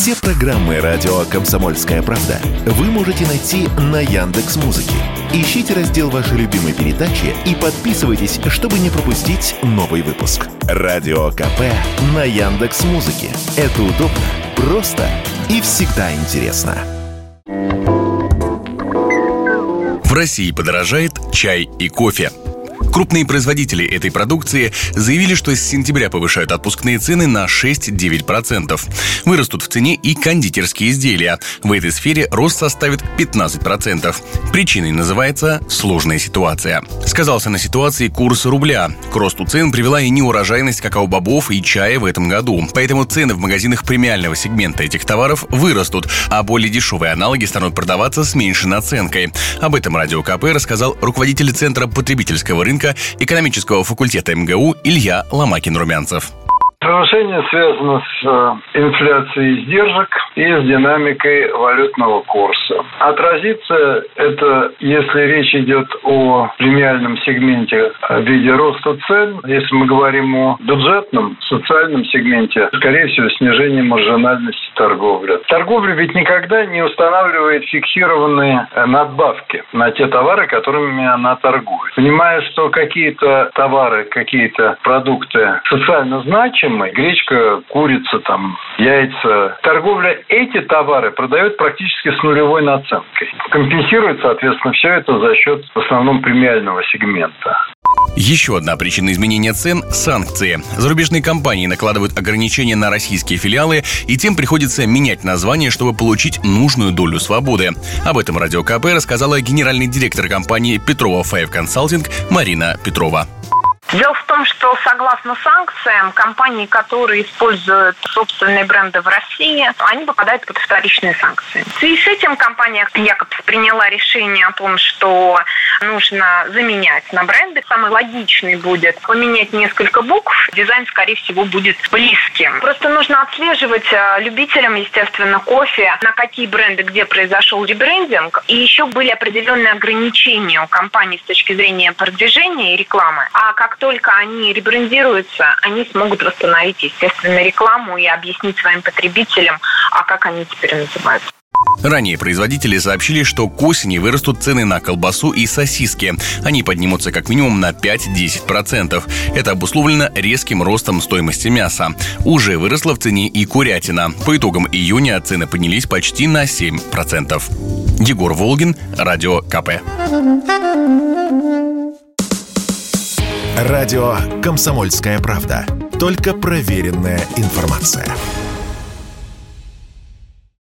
Все программы радио «Комсомольская правда» вы можете найти на Яндекс.Музыке. Ищите раздел вашей любимой передачи и подписывайтесь, чтобы не пропустить новый выпуск. Радио КП на Яндекс.Музыке. Это удобно, просто и всегда интересно. В России подорожает чай и кофе. Крупные производители этой продукции заявили, что с сентября повышают отпускные цены на 6-9%. Вырастут в цене и кондитерские изделия. В этой сфере рост составит 15%. Причиной называется сложная ситуация. Сказался на ситуации курс рубля. К росту цен привела и неурожайность какао-бобов и чая в этом году. Поэтому цены в магазинах премиального сегмента этих товаров вырастут, а более дешевые аналоги станут продаваться с меньшей наценкой. Об этом Радио КП рассказал руководитель Центра потребительского рынка экономического факультета МГУ Илья Ломакин-Румянцев. Повышение связано с инфляцией издержек и с динамикой валютного курса. Отразится это, если речь идет о премиальном сегменте в виде роста цен. Если мы говорим о бюджетном, социальном сегменте, скорее всего, снижение маржинальности торговли. Торговля ведь никогда не устанавливает фиксированные надбавки на те товары, которыми она торгует. Понимая, что какие-то товары, какие-то продукты социально значимые, гречка, курица, яйца. Торговля эти товары продает практически с нулевой наценкой. Компенсирует, соответственно, все это за счет в основном премиального сегмента. Еще одна причина изменения цен – санкции. Зарубежные компании накладывают ограничения на российские филиалы, и тем приходится менять название, чтобы получить нужную долю свободы. Об этом Радио КП рассказала генеральный директор компании Petrova Five Consulting Марина Петрова. Дело в том, что согласно санкциям, компании, которые используют собственные бренды в России, они попадают под вторичные санкции. В связи с этим компания Якобс приняла решение о том, что нужно заменять на бренды. Самый логичный будет поменять несколько букв. Дизайн, скорее всего, будет близким. Просто нужно отслеживать любителям, естественно, кофе, на какие бренды, где произошел ребрендинг. И еще были определенные ограничения у компаний с точки зрения продвижения и рекламы. А как только они ребрендируются, они смогут восстановить, естественно, рекламу и объяснить своим потребителям, как они теперь называются. Ранее производители сообщили, что к осени вырастут цены на колбасу и сосиски. Они поднимутся как минимум на 5-10%. Это обусловлено резким ростом стоимости мяса. Уже выросла в цене и курятина. По итогам июня цены поднялись почти на 7%. Егор Волгин, Радио КП. Радио «Комсомольская правда». Только проверенная информация.